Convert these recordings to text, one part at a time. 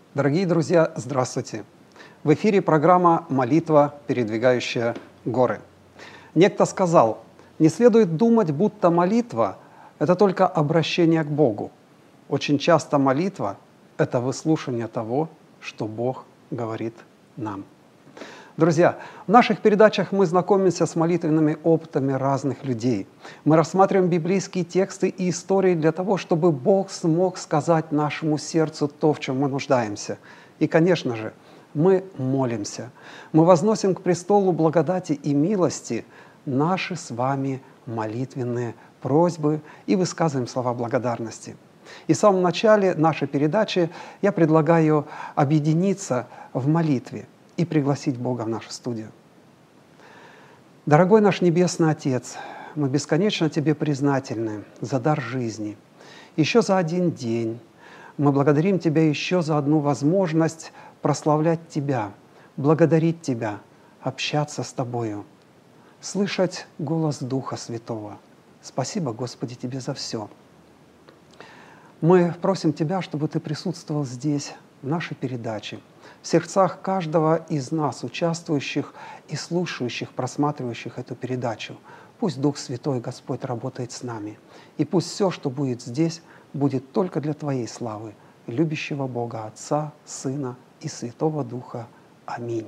Дорогие друзья, здравствуйте! В эфире программа «Молитва, передвигающая горы». Некто сказал, не следует думать, будто молитва – это только обращение к Богу. Очень часто молитва – это выслушивание того, что Бог говорит нам. Друзья, в наших передачах мы знакомимся с молитвенными опытами разных людей. Мы рассматриваем библейские тексты и истории для того, чтобы Бог смог сказать нашему сердцу то, в чем мы нуждаемся. И, конечно же, мы молимся. Мы возносим к престолу благодати и милости наши с вами молитвенные просьбы и высказываем слова благодарности. И в самом начале нашей передачи я предлагаю объединиться в молитве и пригласить Бога в нашу студию. Дорогой наш Небесный Отец, мы бесконечно Тебе признательны за дар жизни. Еще за один день мы благодарим Тебя еще за одну возможность прославлять Тебя, благодарить Тебя, общаться с Тобою, слышать голос Духа Святого. Спасибо, Господи, Тебе за все. Мы просим Тебя, чтобы Ты присутствовал здесь, в нашей передаче, в сердцах каждого из нас, участвующих и слушающих, просматривающих эту передачу. Пусть Дух Святой, Господь, работает с нами. И пусть все, что будет здесь, будет только для Твоей славы, любящего Бога, Отца, Сына и Святого Духа. Аминь.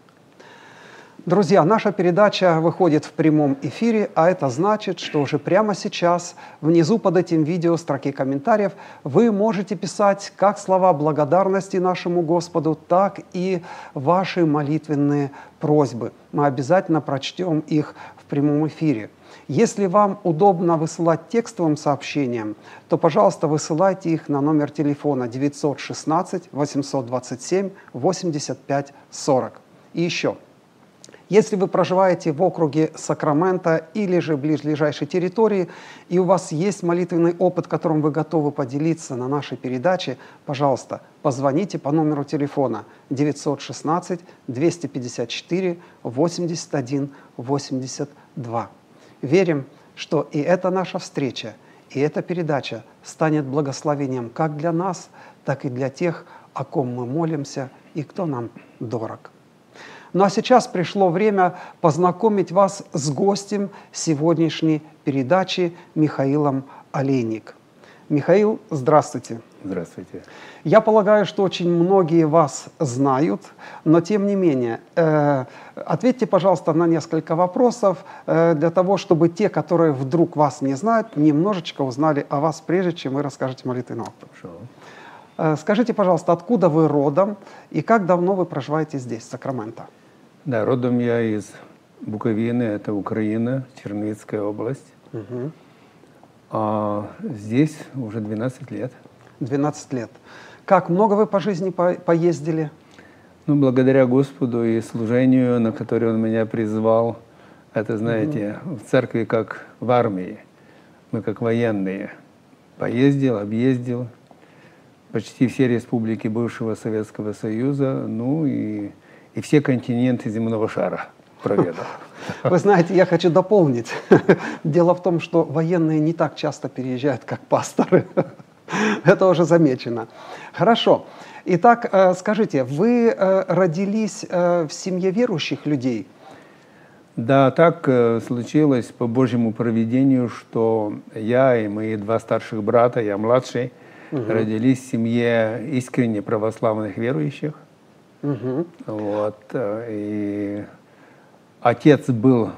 Друзья, наша передача выходит в прямом эфире, а это значит, что уже прямо сейчас внизу под этим видео в строке комментариев вы можете писать как слова благодарности нашему Господу, так и ваши молитвенные просьбы. Мы обязательно прочтем их в прямом эфире. Если вам удобно высылать текстовым сообщением, то, пожалуйста, высылайте их на номер телефона 916 827 85 40. И еще. Если вы проживаете в округе Сакраменто или же в ближайшей территории, и у вас есть молитвенный опыт, которым вы готовы поделиться на нашей передаче, пожалуйста, позвоните по номеру телефона 916 254 81 82. Верим, что и эта наша встреча, и эта передача станет благословением как для нас, так и для тех, о ком мы молимся и кто нам дорог. Ну а сейчас пришло время познакомить вас с гостем сегодняшней передачи Михаилом Олейник. Михаил, здравствуйте. Здравствуйте. Я полагаю, что очень многие вас знают, но тем не менее, ответьте, пожалуйста, на несколько вопросов для того, чтобы те, которые вдруг вас не знают, немножечко узнали о вас, прежде чем вы расскажете молитвенный опыт. Скажите, пожалуйста, откуда вы родом и как давно вы проживаете здесь, в Сакраменто? Да, родом я из Буковины, это Украина, Черновицкая область. Угу. А здесь уже 12 лет. 12 лет. Как много вы по жизни поездили? Ну, благодаря Господу и служению, на которое Он меня призвал, это, знаете, в церкви как в армии. Мы как военные. Поездил, объездил почти все республики бывшего Советского Союза, ну и все континенты земного шара проведал. Вы знаете, я хочу дополнить. Дело в том, что военные не так часто переезжают, как пасторы. Это уже замечено. Хорошо. Итак, скажите, вы родились в семье верующих людей? Да, так случилось по Божьему провидению, что я и мои два старших брата, я младший, родились в семье искренне православных верующих. Вот. И отец был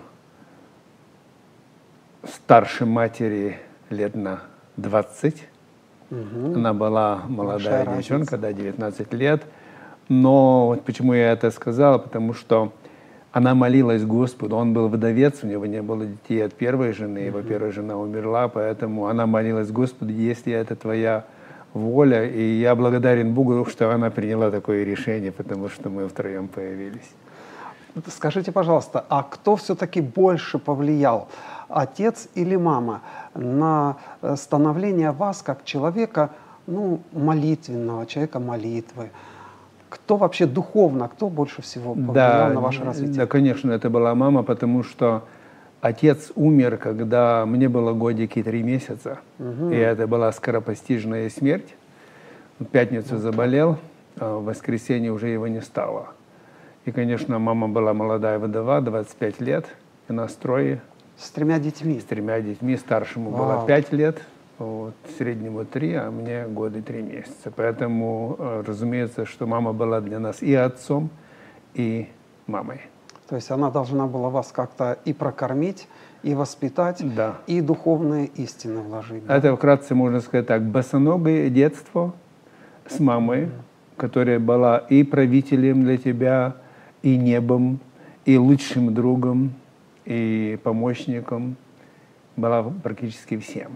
старше матери лет на 20. Она была молодая девчонка, да, 19 лет. Но вот почему я это сказал, потому что она молилась Господу. Он был вдовец, у него не было детей от первой жены, его первая жена умерла, поэтому она молилась Господу, если это твоя воля, и я благодарен Богу, что она приняла такое решение, потому что мы втроем появились. Скажите, пожалуйста, а кто все-таки больше повлиял, отец или мама, на становление вас как человека, ну, молитвенного, человека молитвы? Кто вообще духовно, кто больше всего повлиял на ваше развитие? Да, конечно, это была мама, потому что отец умер, когда мне было годики 3 месяца. И это была скоропостижная смерть. В пятницу заболел, а в воскресенье уже его не стало. И, конечно, мама была молодая вдова, 25 лет, и нас трое. С 3 детьми? С 3 детьми. Старшему было 5 лет, вот, среднему 3, а мне год и 3 месяца. Поэтому, разумеется, что мама была для нас и отцом, и мамой. То есть она должна была вас как-то и прокормить, и воспитать, да. и духовные истины вложить. Да? Это вкратце можно сказать так: босоногое детство с мамой, которая была и правителем для тебя, и небом, и лучшим другом, и помощником, была практически всем.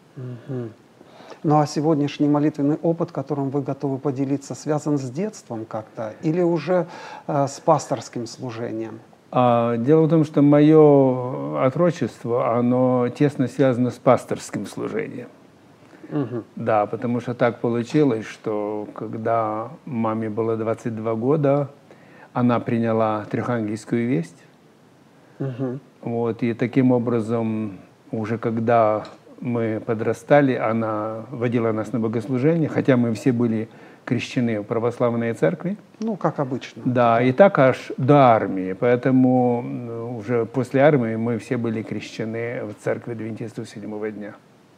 Ну а сегодняшний молитвенный опыт, которым вы готовы поделиться, связан с детством как-то или уже с пасторским служением? Дело в том, что мое отрочество, оно тесно связано с пасторским служением. Да, потому что так получилось, что когда маме было 22 года, она приняла Трехангельскую весть. Вот, и таким образом, уже когда мы подрастали, она водила нас на богослужение, хотя мы все были крещены в православной церкви. Ну, как обычно. Да, и так аж до армии. Поэтому уже после армии мы все были крещены в церкви адвентистов седьмого дня.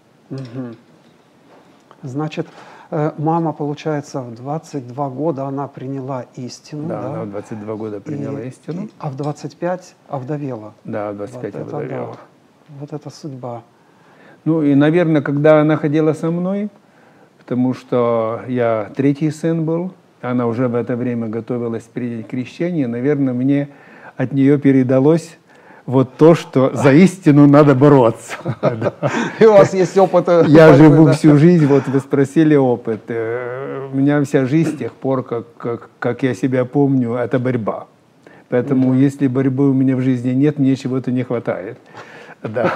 Значит, мама, получается, в 22 года она приняла истину. Да, она в 22 года приняла истину. А в 25 овдовела. Да, в 25 вот овдовела. Да. Вот это судьба. Ну и, наверное, когда она ходила со мной, потому что я третий сын был, она уже в это время готовилась принять крещение, наверное, мне от нее передалось вот то, что за истину надо бороться. И у вас есть опыт. Я живу всю жизнь, вот вы спросили опыт. У меня вся жизнь с тех пор, как я себя помню, это борьба. Поэтому если борьбы у меня в жизни нет, мне чего-то не хватает. Да.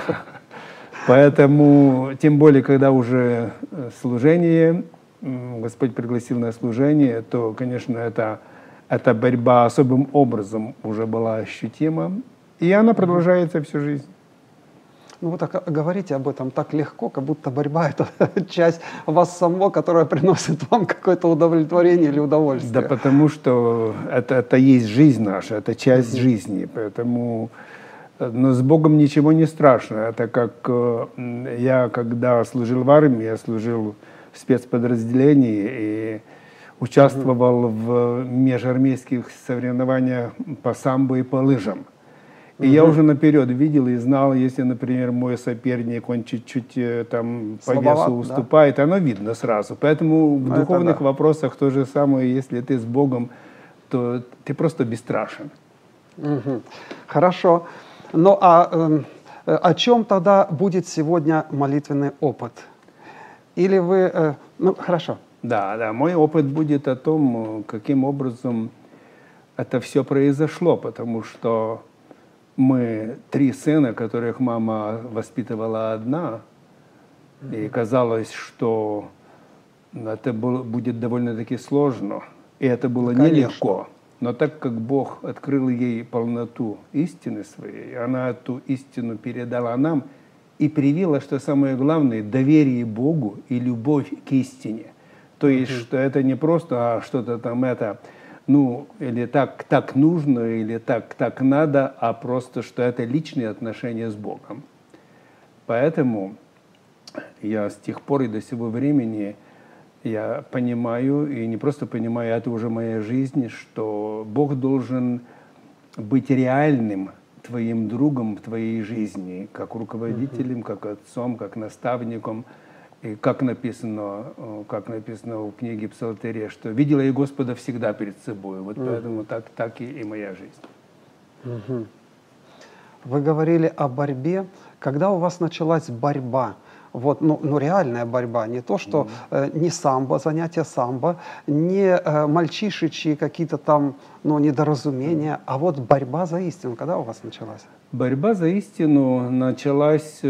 Поэтому, тем более, когда уже служение, Господь пригласил на служение, то, конечно, эта борьба особым образом уже была ощутима. И она продолжается всю жизнь. Ну, вы так говорите об этом так легко, как будто борьба — это часть вас самого, которая приносит вам какое-то удовлетворение или удовольствие. Да, потому что это есть жизнь наша, это часть жизни. Поэтому, но с Богом ничего не страшно. Это как я, когда служил в армии, я служил в спецподразделении и участвовал в межармейских соревнованиях по самбо и по лыжам. И я уже наперед видел и знал, если, например, мой соперник, он чуть-чуть там по весу уступает, да? Оно видно сразу. Поэтому в духовных вопросах то же самое, если ты с Богом, то ты просто бесстрашен. Хорошо. Ну а о чем тогда будет сегодня молитвенный опыт? Или вы... ну, хорошо. Да, мой опыт будет о том, каким образом это все произошло, потому что мы 3 сына, которых мама воспитывала одна, и казалось, что это будет довольно-таки сложно, и это было нелегко. Но так как Бог открыл ей полноту истины своей, она эту истину передала нам и привила, что самое главное, доверие Богу и любовь к истине. То есть, что это не просто что-то там ну, или так нужно, или так надо, а просто, что это личные отношения с Богом. Поэтому я с тех пор и до сего времени я понимаю, и не просто понимаю, это уже моя жизнь, что Бог должен быть реальным твоим другом в твоей жизни, как руководителем, как отцом, как наставником. И как написано в книге Псалтерия, что «видела я Господа всегда перед собой». Вот поэтому так и моя жизнь. Вы говорили о борьбе. Когда у вас началась борьба? Вот, ну реальная борьба, не то, что не самбо, занятия самбо, не мальчишечьи какие-то там недоразумения, а вот борьба за истину. Когда у вас началась? Борьба за истину началась,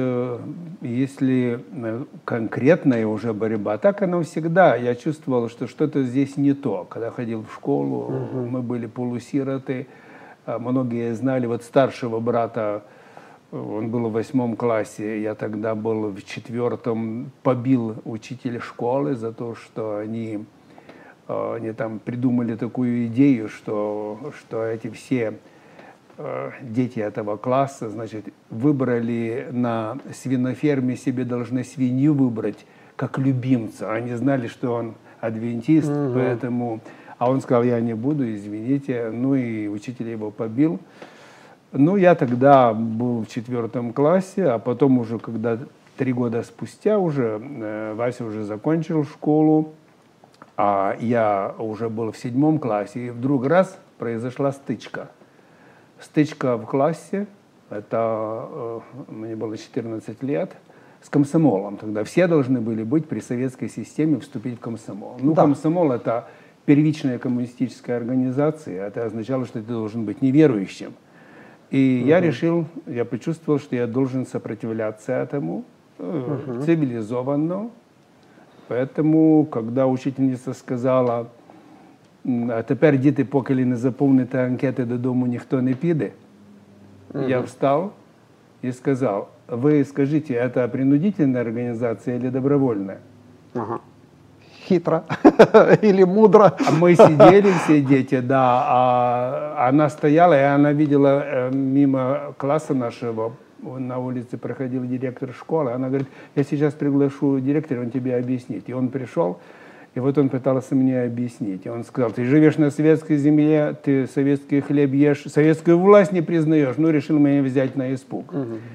если конкретная уже борьба, так она всегда. Я чувствовал, что что-то здесь не то. Когда ходил в школу, мы были полусироты, многие знали, вот старшего брата, он был в 8 классе, я тогда был в 4, побил учителя школы за то, что они они там придумали такую идею, что эти все дети этого класса, значит, выбрали на свиноферме, себе должны свинью выбрать как любимца. Они знали, что он адвентист, поэтому... А он сказал, я не буду, извините. Ну и учитель его побил. Ну, я тогда был в 4 классе, а потом уже, когда 3 года спустя уже, Вася уже закончил школу, а я уже был в 7 классе, и вдруг раз произошла стычка. Стычка в классе, это мне было 14 лет, с комсомолом тогда. Все должны были быть при советской системе, вступить в комсомол. Ну, да. Комсомол — это первичная коммунистическая организация, это означало, что ты должен быть неверующим. И я решил, я почувствовал, что я должен сопротивляться этому цивилизованно. Поэтому, когда учительница сказала, а тепер діти, поки не заповните анкети, додому ніхто не піде, я встал и сказал, вы скажите, это принудительная организация или добровольная? Хитро или мудро. Мы сидели все дети, да, а она стояла, и она видела мимо класса нашего, на улице проходил директор школы, она говорит, я сейчас приглашу директора, он тебе объяснит. И он пришел, и вот он пытался мне объяснить. И он сказал, ты живешь на советской земле, ты советский хлеб ешь, советскую власть не признаешь, ну, решил меня взять на испуг.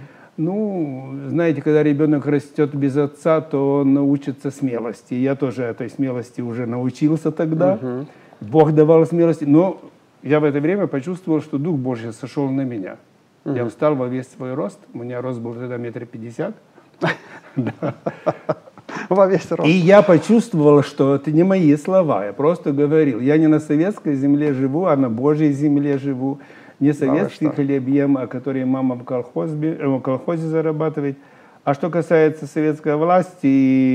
Ну, знаете, когда ребенок растет без отца, то он учится смелости. Я тоже этой смелости уже научился тогда. Бог давал смелости. Но я в это время почувствовал, что Дух Божий сошел на меня. Я встал во весь свой рост. У меня рост был тогда 1,50 м. Во весь рост. И я почувствовал, что это не мои слова. Я просто говорил. Я не на советской земле живу, а на Божьей земле живу. Не советский хлеб ем, а который мама в колхозе зарабатывает. А что касается советской власти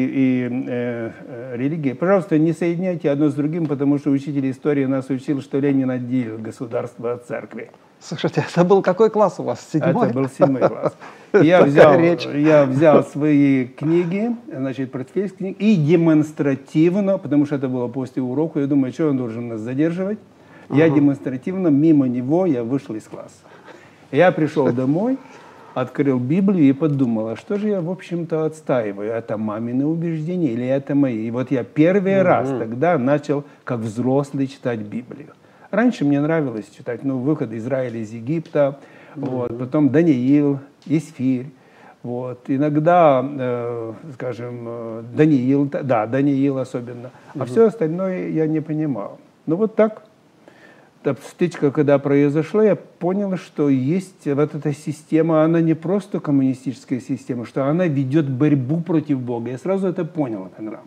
и религии, пожалуйста, не соединяйте одно с другим, потому что учитель истории нас учил, что Ленин отделил государство от церкви. Слушайте, это был какой класс у вас? 7? Это был 7 класс. Я взял свои книги, значит, портфель с книг, и демонстративно, потому что это было после урока, я думаю, что он должен нас задерживать. Я демонстративно, мимо него, я вышел из класса. Я пришел домой, открыл Библию и подумал, а что же я, в общем-то, отстаиваю? Это мамины убеждения или это мои? И вот я первый раз тогда начал, как взрослый, читать Библию. Раньше мне нравилось читать, ну, выход Израиля из Египта, вот, потом Даниил, Исфирь. Вот. Иногда, скажем, Даниил особенно. А все остальное я не понимал. Ну, вот так. Стычка, когда произошла, я понял, что есть вот эта система, она не просто коммунистическая система, что она ведет борьбу против Бога. Я сразу это понял тогда.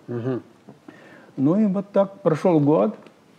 Ну и вот так прошел год.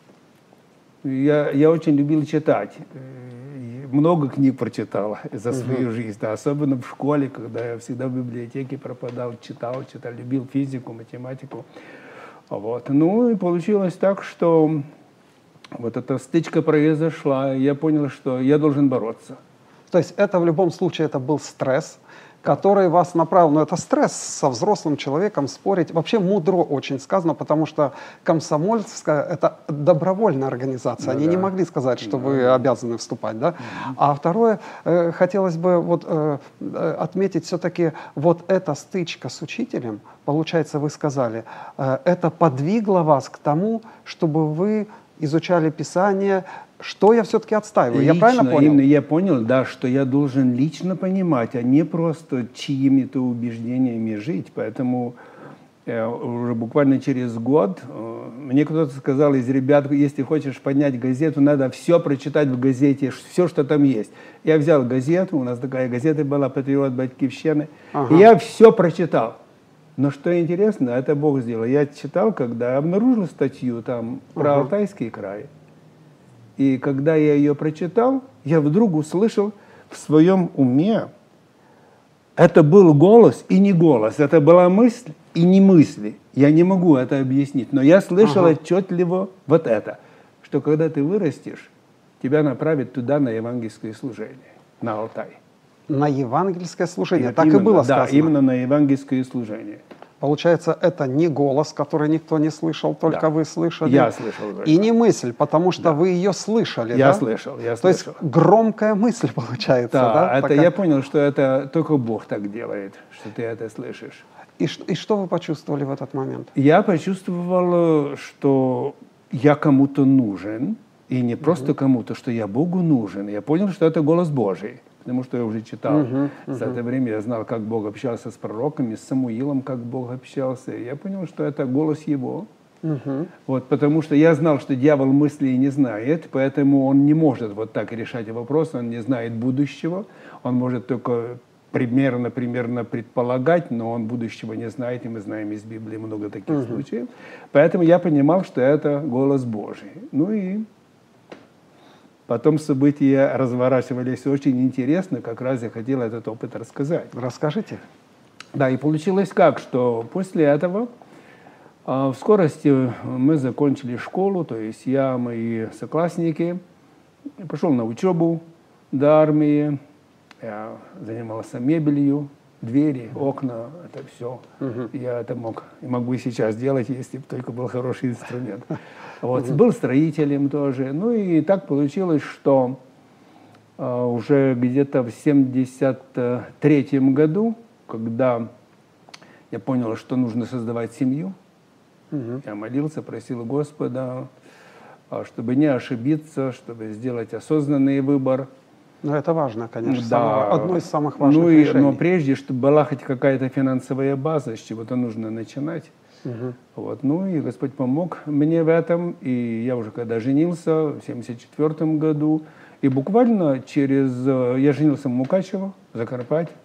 Я очень любил читать. Много книг прочитал за свою жизнь, да, особенно в школе, когда я всегда в библиотеке пропадал, читал, любил физику, математику. Вот. Ну и получилось так, что вот эта стычка произошла, и я понял, что я должен бороться. То есть это в любом случае это был стресс, который вас направил, но это стресс со взрослым человеком спорить. Вообще мудро очень сказано, потому что комсомольская — это добровольная организация. Они не могли сказать, что вы обязаны вступать. Да? А второе, хотелось бы вот, отметить все-таки вот эта стычка с учителем, получается, вы сказали, это подвигло вас к тому, чтобы вы изучали Писание. Что я все-таки отстаиваю? Лично, я правильно понял? Именно я понял, да, что я должен лично понимать, а не просто чьими-то убеждениями жить. Поэтому уже буквально через год мне кто-то сказал из ребят, если хочешь поднять газету, надо все прочитать в газете, все, что там есть. Я взял газету, у нас такая газета была «Патриот Батьківщини», и я все прочитал. Но что интересно, это Бог сделал. Я читал, когда обнаружил статью там про Алтайский край. И когда я ее прочитал, я вдруг услышал в своем уме, это был голос и не голос, это была мысль и не мысли. Я не могу это объяснить, но я слышал отчетливо вот это, что когда ты вырастешь, тебя направят туда на евангельское служение, на Алтай. На евангельское служение, И так именно, и было сказано. Да, именно на евангельское служение. Получается, это не голос, который никто не слышал, только вы слышали. Я слышал. И не мысль, потому что вы ее слышали, я да? Слышал, я То слышал. есть громкая мысль получается, да? Да, это такая... я понял, что это только Бог так делает, что ты это слышишь. И что вы почувствовали в этот момент? Я почувствовал, что я кому-то нужен, и не просто кому-то, что я Богу нужен. Я понял, что это голос Божий. Потому что я уже читал за это время, я знал, как Бог общался с пророками, с Самуилом, как Бог общался. И я понял, что это голос Его. Вот, потому что я знал, что дьявол мыслей не знает, поэтому он не может вот так решать вопрос, он не знает будущего, он может только примерно предполагать, но он будущего не знает, и мы знаем из Библии много таких случаев. Поэтому я понимал, что это голос Божий. Ну и потом события разворачивались очень интересно, как раз я хотел этот опыт рассказать. Расскажите. Да, и получилось как, что после этого в скорости мы закончили школу, то есть я, мои соклассники, пошел на учебу до армии, я занимался мебелью, двери, окна, это все. Я это могу и сейчас делать, если бы только был хороший инструмент. Вот, был строителем тоже. Ну и так получилось, что уже где-то в 1973 году, когда я понял, что нужно создавать семью, я молился, просил Господа, чтобы не ошибиться, чтобы сделать осознанный выбор. Ну, это важно, конечно, Да. одно из самых важных решений. Но прежде, чтобы была хоть какая-то финансовая база, с чего-то нужно начинать. Вот. Ну и Господь помог мне в этом. И я уже когда женился в 1974 году, и буквально я женился в Мукачево, Закарпатье.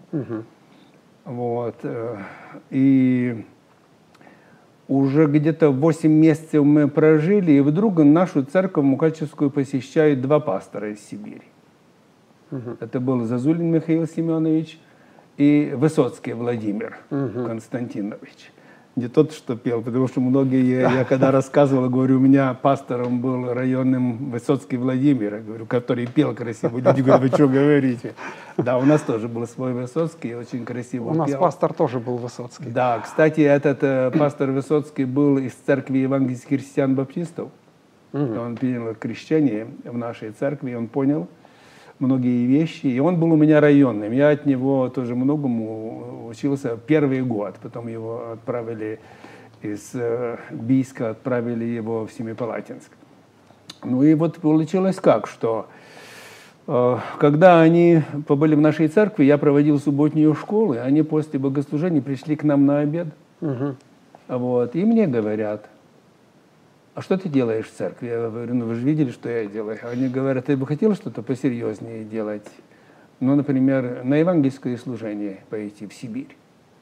Вот. И уже где-то 8 месяцев мы прожили, и вдруг нашу церковь Мукачевскую посещают 2 пастора из Сибири. Это был Зазулин Михаил Семенович и Высоцкий Владимир Константинович. Не тот, что пел, потому что многие, я когда рассказывал, говорю, у меня пастором был районным Высоцкий Владимир, говорю, который пел красиво. Люди говорят, вы что говорите? Да, у нас тоже был свой Высоцкий, очень красиво пел. У нас пастор тоже был Высоцкий. Да, кстати, этот пастор Высоцкий был из церкви евангельских христиан-баптистов. Он принял крещение в нашей церкви, он понял многие вещи. И он был у меня районным. Я от него тоже многому учился первый год. Потом его отправили из Бийска, отправили его в Семипалатинск. Ну и вот получилось как, что когда они побыли в нашей церкви, я проводил субботнюю школу, и они после богослужения пришли к нам на обед. Вот, и мне говорят: а что ты делаешь в церкви? Я говорю, ну вы же видели, что я делаю. Они говорят, ты бы хотел что-то посерьезнее делать? Ну, например, на евангельское служение пойти в Сибирь.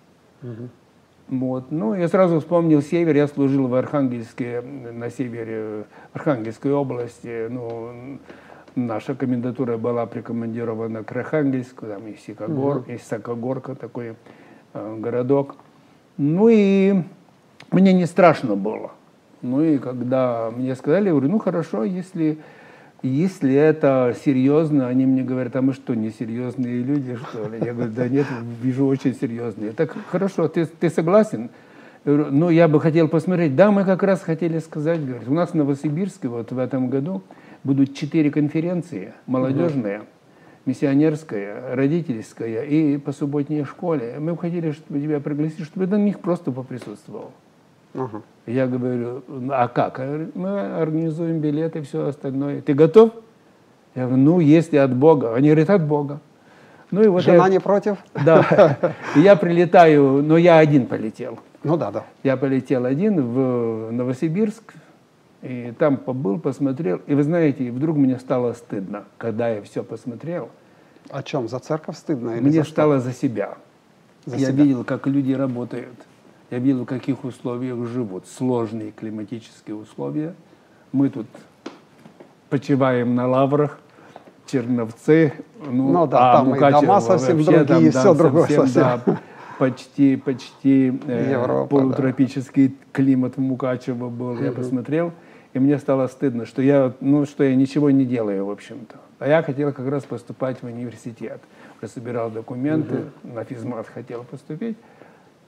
Вот. Ну, я сразу вспомнил север, я служил в Архангельске, на севере Архангельской области. Ну, наша комендатура была прикомандирована к Архангельску, там и Сокогорка, такой городок. Ну и мне не страшно было. Ну и когда мне сказали, я говорю, ну хорошо, если это серьезно, они мне говорят, а мы что, несерьезные люди, что ли? Я говорю, да нет, вижу очень серьезные. Так хорошо, ты согласен? Я говорю, ну я бы хотел посмотреть. Да, мы как раз хотели сказать, говорит, у нас в Новосибирске вот в этом году будут 4 конференции: молодежная, миссионерская, родительская и по субботней школе. Мы бы хотели, чтобы тебя пригласить, чтобы ты на них просто поприсутствовал. Я говорю, а как? Я говорю, мы организуем билеты и все остальное. Ты готов? Я говорю, ну, если от Бога. Они говорят, от Бога. Ну, и вот жена не против? Да. И я прилетаю, но я один полетел. Ну да, да. Я полетел один в Новосибирск, и там побыл, посмотрел. И вы знаете, вдруг мне стало стыдно, когда я все посмотрел. О чем? За церковь стыдно? Или мне за стало за себя. Я себя. видел, как люди работают. Я видел, в каких условиях живут. Сложные климатические условия. Мы тут почиваем на лаврах, Черновцы. Ну да, там Мукачево, и дома совсем другие, там, да, все другое совсем. Да, почти Европа, полутропический климат в Мукачево был. Я посмотрел, и мне стало стыдно, что я ничего не делаю, в общем-то. А я хотел как раз поступать в университет. Я собирал документы, на физмат хотел поступить.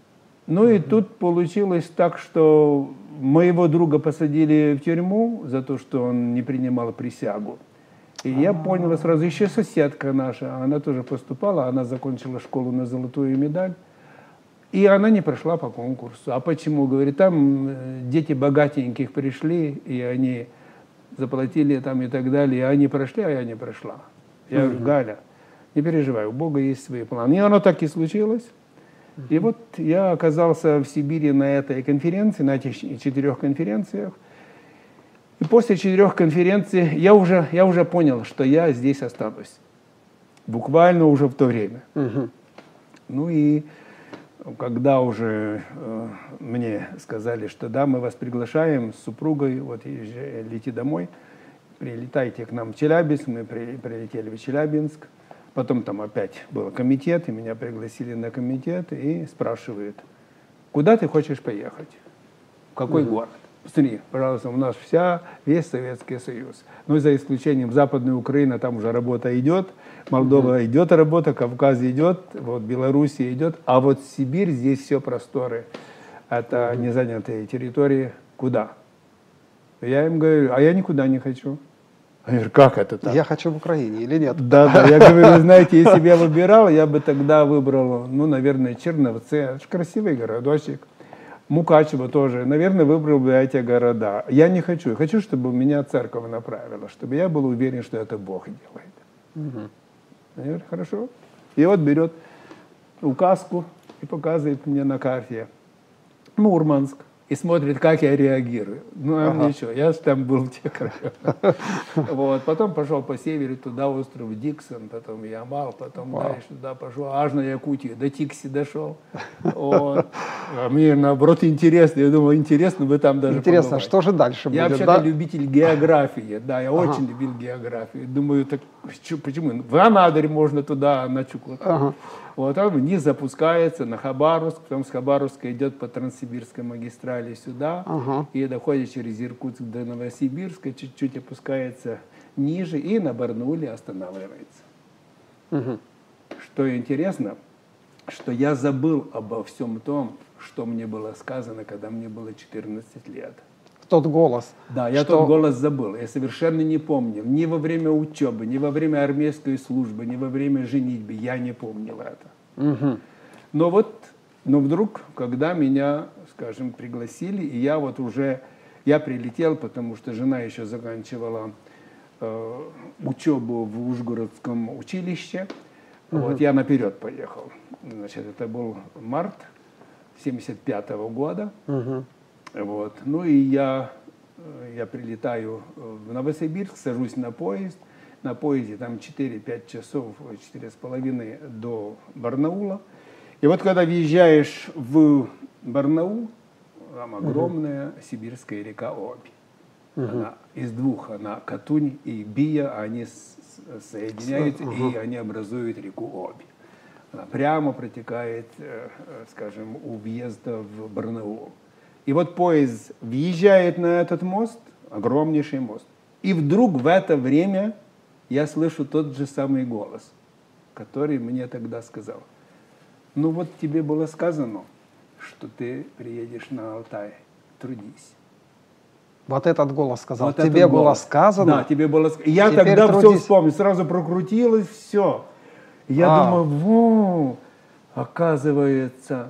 Ну и тут получилось так, что моего друга посадили в тюрьму за то, что он не принимал присягу. И я понял сразу, еще соседка наша, она тоже поступала, она закончила школу на золотую медаль. И она не прошла по конкурсу. А почему? Говорит, там дети богатеньких пришли, и они заплатили там и так далее, и они прошли, а я не прошла. Я говорю, Галя, не переживай, у Бога есть свои планы. И оно так и случилось. И вот я оказался в Сибири на этой конференции, на этих 4 конференциях. И после 4 конференций я уже понял, что я здесь останусь. Буквально уже в то время. Ну и когда уже мне сказали, что да, мы вас приглашаем с супругой, вот лети домой, прилетайте к нам в Челябинск, мы прилетели в Челябинск, потом там опять был комитет, и меня пригласили на комитет и спрашивают, куда ты хочешь поехать, в какой город? Посмотри, пожалуйста, у нас весь Советский Союз. Ну, за исключением Западной Украины, там уже работа идет, Молдова идет работа, Кавказ идет, вот Белоруссия идет, а вот Сибирь, здесь все просторы, это незанятые территории. Куда? Я им говорю, а я никуда не хочу. Я говорю, как это так? Я хочу в Украине или нет? Да, я говорю, знаете, если бы я выбирал, я бы тогда выбрал, ну, наверное, Черновцы, это же красивый городочек. Мукачево тоже, наверное, выбрал бы эти города. Я не хочу. Я хочу, чтобы меня церковь направила, чтобы я был уверен, что это Бог делает. Я говорю, хорошо. И вот берет указку и показывает мне на карте Мурманск. И смотрит, как я реагирую. Ну, а ничего, я же там был в те края. Вот. Потом пошел по северу, туда остров Диксон, потом Ямал, потом дальше туда пошел, аж на Якутию, до Тикси дошел. Вот. А мне, наоборот, интересно. Я думаю, интересно бы там даже Интересно, побывать. что же дальше будет? Я вообще-то любитель географии. Да, я очень любил географию. Думаю, так почему? В Анадырь можно туда, на Чукотку. Вот он вниз запускается на Хабаровск, потом с Хабаровска идет по Транссибирской магистрали сюда, и доходит через Иркутск до Новосибирска, чуть-чуть опускается ниже и на Барнауле останавливается. Что интересно, что я забыл обо всем том, что мне было сказано, когда мне было 14 лет. Тот голос. Да, я тот голос забыл. Я совершенно не помнил. Ни во время учебы, ни во время армейской службы, ни во время женитьбы. Я не помнил это. Но вдруг, когда меня, скажем, пригласили, и я прилетел, потому что жена еще заканчивала учебу в Ужгородском училище. Вот, я наперед поехал. Значит, это был март 1975 года. Вот. Ну и я прилетаю в Новосибирск, сажусь на поезд. На поезде там 4-5 часов, 4,5 до Барнаула. И вот когда въезжаешь в Барнаул, там огромная сибирская река Обь. Она из двух, она Катунь и Бия, они соединяются, и они образуют реку Обь. Она прямо протекает, скажем, у въезда в Барнаул. И вот поезд въезжает на этот мост, огромнейший мост. И вдруг в это время я слышу тот же самый голос, который мне тогда сказал. Ну вот тебе было сказано, что ты приедешь на Алтай, трудись. Вот этот голос сказал, Вот тебе было голос. сказано? Да, тебе было сказано. Я Теперь тогда трудись. все вспомнил, сразу прокрутилось все. Я думаю, оказывается...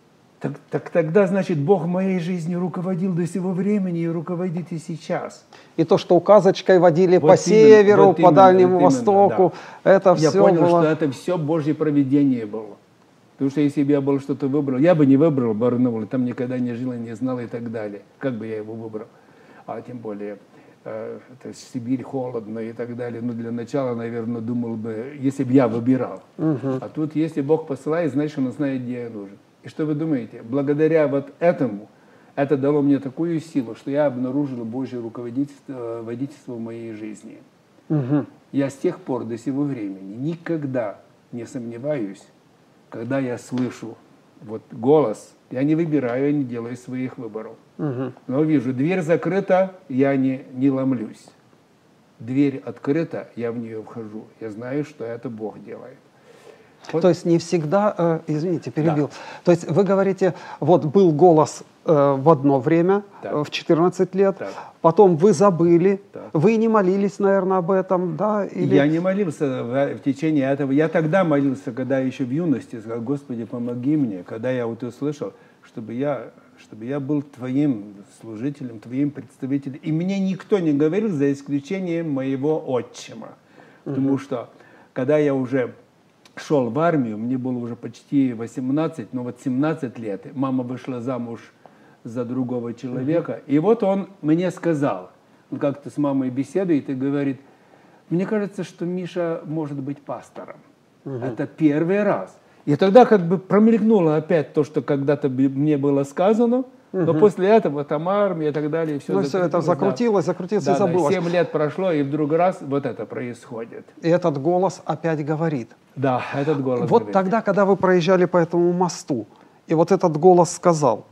Так тогда, значит, Бог моей жизнью руководил до сего времени и руководит и сейчас. И то, что указочкой водили Вот по именно, северу, вот по именно, Дальнему вот именно, Востоку, да. это Я все понял, было... что это все Божье провидение было. Потому что если бы я был что-то выбрал, я бы не выбрал Барнаул, там никогда не жил и не знал и так далее. Как бы я его выбрал? А тем более, это Сибирь холодно и так далее. Ну, для начала, наверное, думал бы, если бы я выбирал. А тут, если Бог посылает, значит, Он знает, где я нужен. И что вы думаете? Благодаря вот этому, это дало мне такую силу, что я обнаружил Божье руководительство, водительство в моей жизни. Я с тех пор до сего времени никогда не сомневаюсь, когда я слышу вот голос, я не выбираю, я не делаю своих выборов. Но вижу, дверь закрыта, я не ломлюсь. Дверь открыта, я в нее вхожу. Я знаю, что это Бог делает. То есть не всегда, извините, перебил. Да. То есть вы говорите, вот был голос в одно время, в 14 лет, потом вы забыли, вы не молились, наверное, об этом, да? Или... Я не молился в течение этого. Я тогда молился, когда еще в юности, сказал: Господи, помоги мне, когда я вот услышал, чтобы я был Твоим служителем, Твоим представителем. И мне никто не говорил, за исключением моего отчима. Потому что, когда я уже шел в армию, мне было уже почти 18, но вот 17 лет, мама вышла замуж за другого человека, и вот он мне сказал, он как-то с мамой беседует и говорит: мне кажется, что Миша может быть пастором. Это первый раз. И тогда как бы промелькнуло опять то, что когда-то мне было сказано, но после этого там армия и так далее. Все это закрутилось и забылось. 7 лет прошло, и вдруг раз вот это происходит. И этот голос опять говорит. Да, этот голос вот говорит. Тогда, когда вы проезжали по этому мосту, и вот этот голос сказал,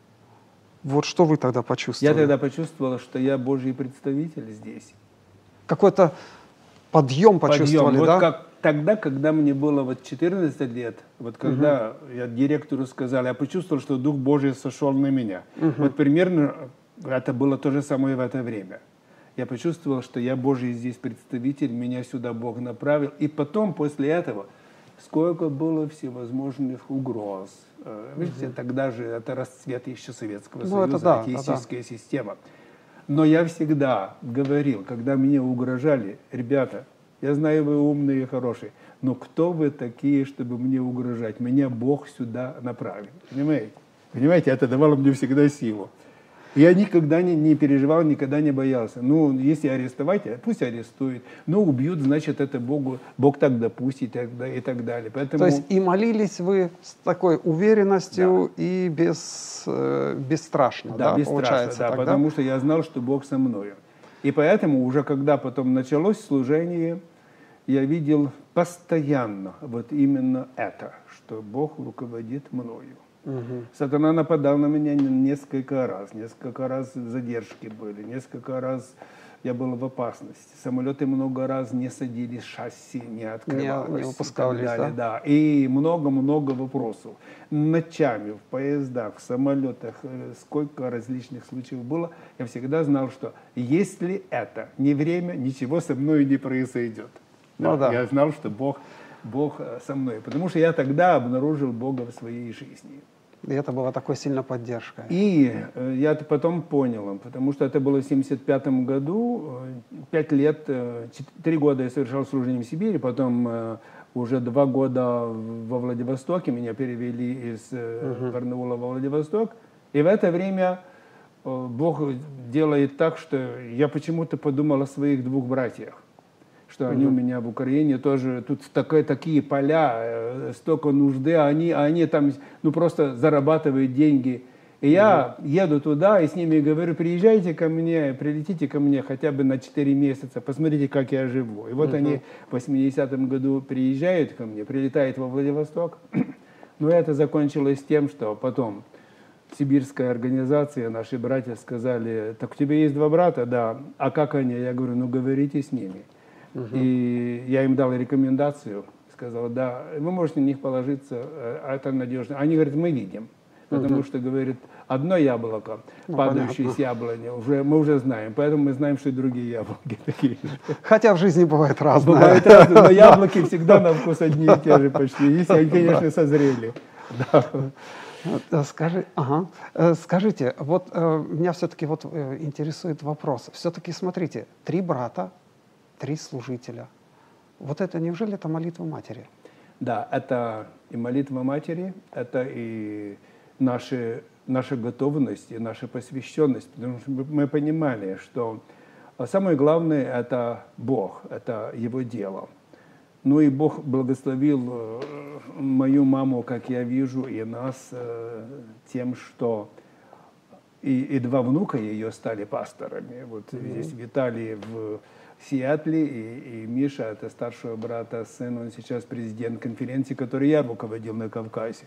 вот что вы тогда почувствовали? Я тогда почувствовал, что я Божий представитель здесь. Какой-то подъем почувствовали, вот да? Как тогда, когда мне было вот 14 лет, вот когда я директору сказал, я почувствовал, что Дух Божий сошел на меня. Вот примерно это было то же самое в это время. Я почувствовал, что я Божий здесь представитель, меня сюда Бог направил. И потом, после этого, сколько было всевозможных угроз. Видите, тогда же это расцвет еще Советского Союза, атеистическая система. Но я всегда говорил, когда мне угрожали: ребята, я знаю, вы умные и хорошие, но кто вы такие, чтобы мне угрожать? Меня Бог сюда направил. Понимаете? Понимаете, это давало мне всегда силу. Я никогда не переживал, никогда не боялся. Ну, если арестовать, пусть арестуют. Ну, убьют, значит, это Бог так допустит и так далее. Поэтому... То есть и молились вы с такой уверенностью и бесстрашно, да, бесстрашно, получается, да, тогда? потому что я знал, что Бог со мною. И поэтому уже когда потом началось служение, я видел постоянно вот именно это, что Бог руководит мною. Сатана нападал на меня несколько раз задержки были, несколько раз я был в опасности. Самолеты много раз не садились, шасси не открывалось. Не выпускались, да? И много-много вопросов. Ночами, в поездах, в самолетах, сколько различных случаев было, я всегда знал, что если это не время, ничего со мной не произойдет. Я знал, что Бог со мной, потому что я тогда обнаружил Бога в своей жизни. И это была такой сильной поддержкой. И я это потом понял, потому что это было в 1975 году, 5 лет, 3 года я совершал служение в Сибири, потом уже 2 года во Владивостоке, меня перевели из Барнаула во Владивосток, и в это время Бог делает так, что я почему-то подумал о своих 2 братьях, что они у меня в Украине тоже, тут такие поля, столько нужды, они там просто зарабатывают деньги. И я еду туда и с ними говорю: приезжайте ко мне, прилетите ко мне хотя бы на 4 месяца, посмотрите, как я живу. И вот они в 80-м году приезжают ко мне, прилетают во Владивосток. Но это закончилось тем, что потом сибирская организация, наши братья сказали: так у тебя есть 2 брата? Да. А как они? Я говорю: ну говорите с ними. И я им дал рекомендацию, сказал: да, вы можете на них положиться, это надежно. Они говорят: мы видим, потому что, говорит, одно яблоко, падающее с яблони, мы уже знаем, поэтому мы знаем, что и другие яблоки такие же. Хотя в жизни бывает разное. Бывает разное, но яблоки всегда на вкус одни и те же почти, если они, конечно, созрели. Скажите, вот меня все-таки интересует вопрос. Все-таки, смотрите, 3 брата, 3 служителя. Вот это неужели это молитва Матери? Да, это и молитва Матери, это и наша готовность, и наша посвященность, потому что мы понимали, что самое главное – это Бог, это Его дело. Ну и Бог благословил мою маму, как я вижу, и нас тем, что и 2 внука ее стали пасторами. Вот здесь Виталий в Сиэтле, и Миша, это старшего брата, сын, он сейчас президент конференции, которую я руководил на Кавказе.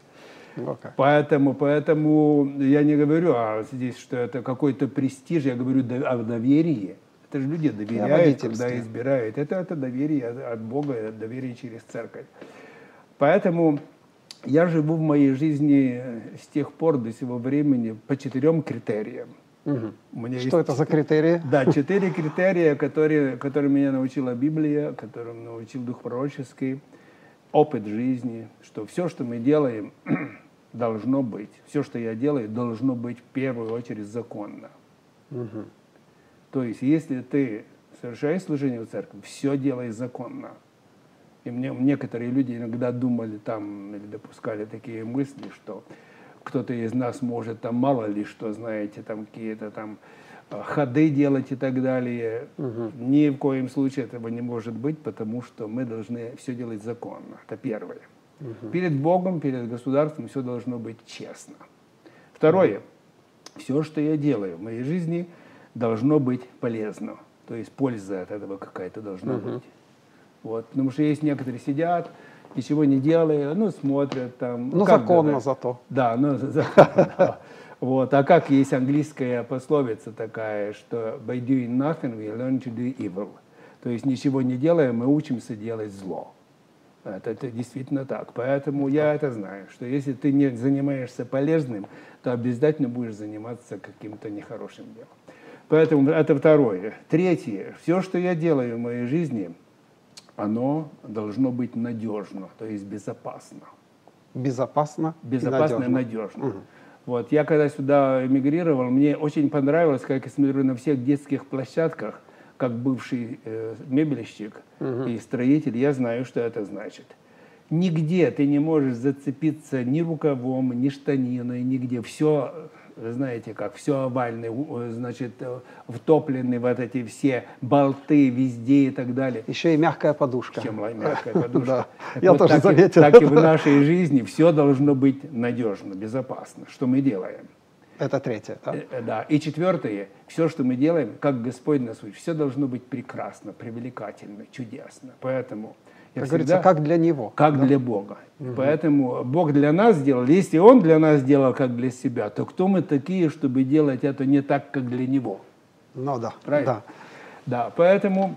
Поэтому я не говорю здесь, что это какой-то престиж, я говорю о доверии. Это же люди доверяют, когда избирают. Это доверие от Бога, доверие через церковь. Поэтому я живу в моей жизни с тех пор до сего времени по 4 критериям. Что это за критерии? Да, 4 критерия, которые меня научила Библия, которым научил Дух Пророческий, опыт жизни, что все, что мы делаем, должно быть, все, что я делаю, должно быть в первую очередь законно. То есть, если ты совершаешь служение в церкви, все делай законно. И некоторые люди иногда думали там, или допускали такие мысли, что кто-то из нас может там мало ли что, знаете, там какие-то там ходы делать и так далее. Ни в коем случае этого не может быть, потому что мы должны все делать законно. Это первое. Перед Богом, перед государством все должно быть честно. Второе. Все, что я делаю в моей жизни, должно быть полезно. То есть польза от этого какая-то должна быть. Вот. Потому что есть некоторые сидят, ничего не делая, ну, смотрят там. Ну, законно зато. Да, ну, законно. Вот. А как есть английская пословица такая, что by doing nothing we learn to do evil. То есть ничего не делая, мы учимся делать зло. Это действительно так. Поэтому я это знаю, что если ты не занимаешься полезным, то обязательно будешь заниматься каким-то нехорошим делом. Поэтому это второе. Третье. Все, что я делаю в моей жизни, оно должно быть надежно, то есть безопасно. Безопасно и надежно. Вот. Я когда сюда эмигрировал, мне очень понравилось, как я смотрю на всех детских площадках, как бывший мебельщик и строитель, я знаю, что это значит. Нигде ты не можешь зацепиться ни рукавом, ни штаниной, нигде. Все, знаете как, все овальное, значит, втоплены вот эти все болты везде и так далее. Еще и мягкая подушка. Еще мягкая подушка. Я тоже заметил. Так и в нашей жизни все должно быть надежно, безопасно. Что мы делаем? Это третье, да? Да. И четвертое, все, что мы делаем, как Господь нас учит, все должно быть прекрасно, привлекательно, чудесно. Поэтому, как говорится, как для Него. Как для Бога. Поэтому Бог для нас сделал. Если Он для нас сделал как для себя, то кто мы такие, чтобы делать это не так, как для Него? Ну да. Правильно? Да. Поэтому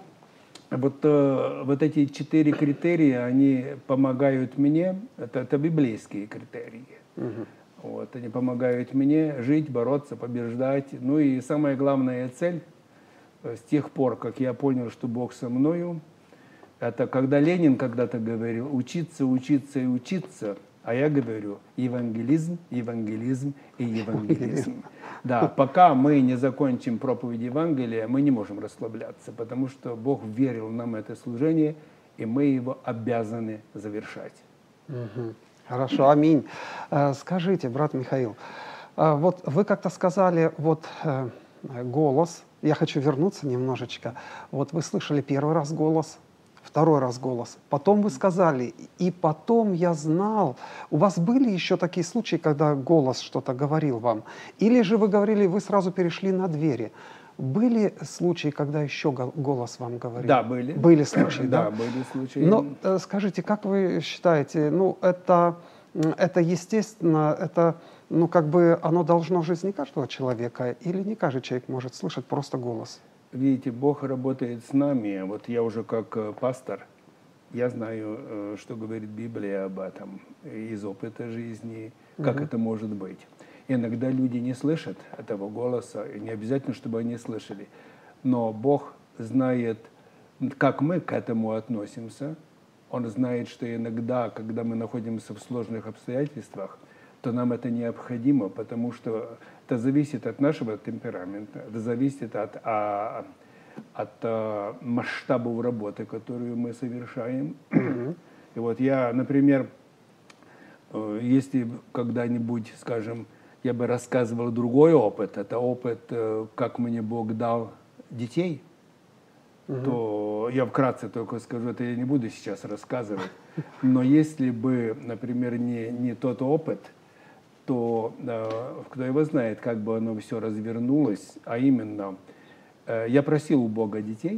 вот эти 4 критерия, они помогают мне, это библейские критерии. Вот, они помогают мне жить, бороться, побеждать. Ну и самая главная цель, с тех пор, как я понял, что Бог со мною, это когда Ленин когда-то говорил: учиться, учиться и учиться, а я говорю: евангелизм, евангелизм и евангелизм. Да, пока мы не закончим проповедь Евангелия, мы не можем расслабляться, потому что Бог верил нам это служение, и мы его обязаны завершать. Хорошо, аминь. Скажите, брат Михаил, вот вы как-то сказали, вот голос, я хочу вернуться немножечко, вот вы слышали первый раз голос, второй раз голос, потом вы сказали, и потом я знал, у вас были еще такие случаи, когда голос что-то говорил вам, или же вы говорили, вы сразу перешли на двери? Были случаи, когда еще голос вам говорил? Да, были. Были случаи, да? Да, были случаи. Но скажите, как вы считаете, ну, это естественно, это, ну, как бы оно должно в жизни каждого человека, или не каждый человек может слышать просто голос? Видите, Бог работает с нами. Вот я уже как пастор, я знаю, что говорит Библия об этом, из опыта жизни, как это может быть. Иногда люди не слышат этого голоса, и не обязательно, чтобы они слышали. Но Бог знает, как мы к этому относимся. Он знает, что иногда, когда мы находимся в сложных обстоятельствах, то нам это необходимо, потому что это зависит от нашего темперамента, это зависит от масштабов работы, которую мы совершаем. И вот я, например, если когда-нибудь, скажем, я бы рассказывал другой опыт, это опыт, как мне Бог дал детей, то я вкратце только скажу, это я не буду сейчас рассказывать, но если бы, например, не тот опыт, то кто его знает, как бы оно все развернулось, а именно, я просил у Бога детей,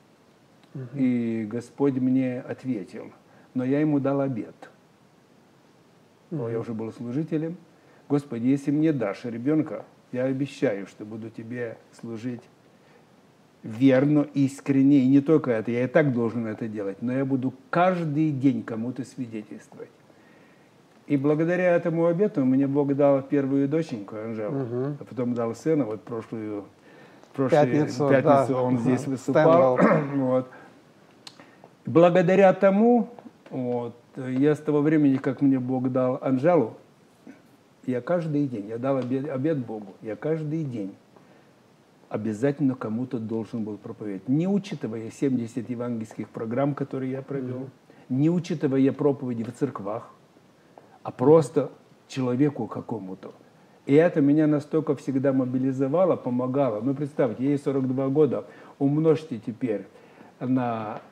и Господь мне ответил, но я ему дал обет. Я уже был служителем. Господи, если мне дашь ребенка, я обещаю, что буду тебе служить верно, искренне, и не только это, я и так должен это делать, но я буду каждый день кому-то свидетельствовать. И благодаря этому обету мне Бог дал первую доченьку, Анжелу, а потом дал сына, вот прошлую пятницу да, он здесь выступал. Вот. Благодаря тому, вот, я с того времени, как мне Бог дал Анжелу, я каждый день, я дал обет Богу, я каждый день обязательно кому-то должен был проповедовать. Не учитывая 70 евангельских программ, которые я провел, не учитывая проповеди в церквах, а просто человеку какому-то. И это меня настолько всегда мобилизовало, помогало. Ну, представьте, ей 42 года, умножьте теперь на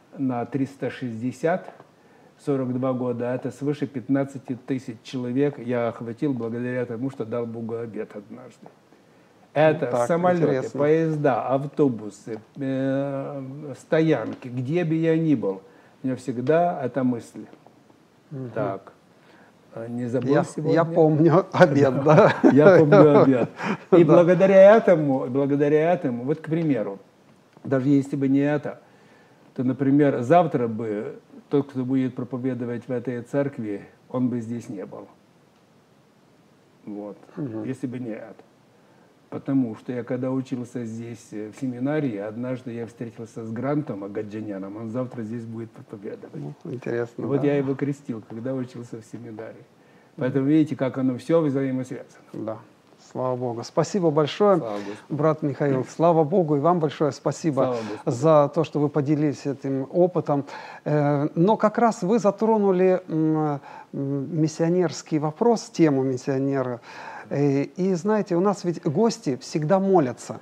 360, 42 года, это свыше 15 тысяч человек я охватил благодаря тому, что дал Богу обет однажды. Это так, самолеты, интересно. Поезда, автобусы, стоянки, где бы я ни был, у меня всегда эта мысль. Так, не забыл сегодня? Я помню обед, да. Я помню обед. И благодаря этому, вот, к примеру, даже если бы не это, то, например, завтра бы тот, кто будет проповедовать в этой церкви, он бы здесь не был. Вот. Если бы не это. Потому что я когда учился здесь в семинарии, однажды я встретился с Грантом Агаджаняном, он завтра здесь будет проповедовать. Интересно. Вот я его крестил, когда учился в семинарии. Поэтому видите, как оно все взаимосвязано. Да. Слава Богу. Спасибо большое, брат Михаил. Слава Богу, и вам большое спасибо за то, что вы поделились этим опытом. Но как раз вы затронули миссионерский вопрос, тему миссионера. И знаете, у нас ведь гости всегда молятся.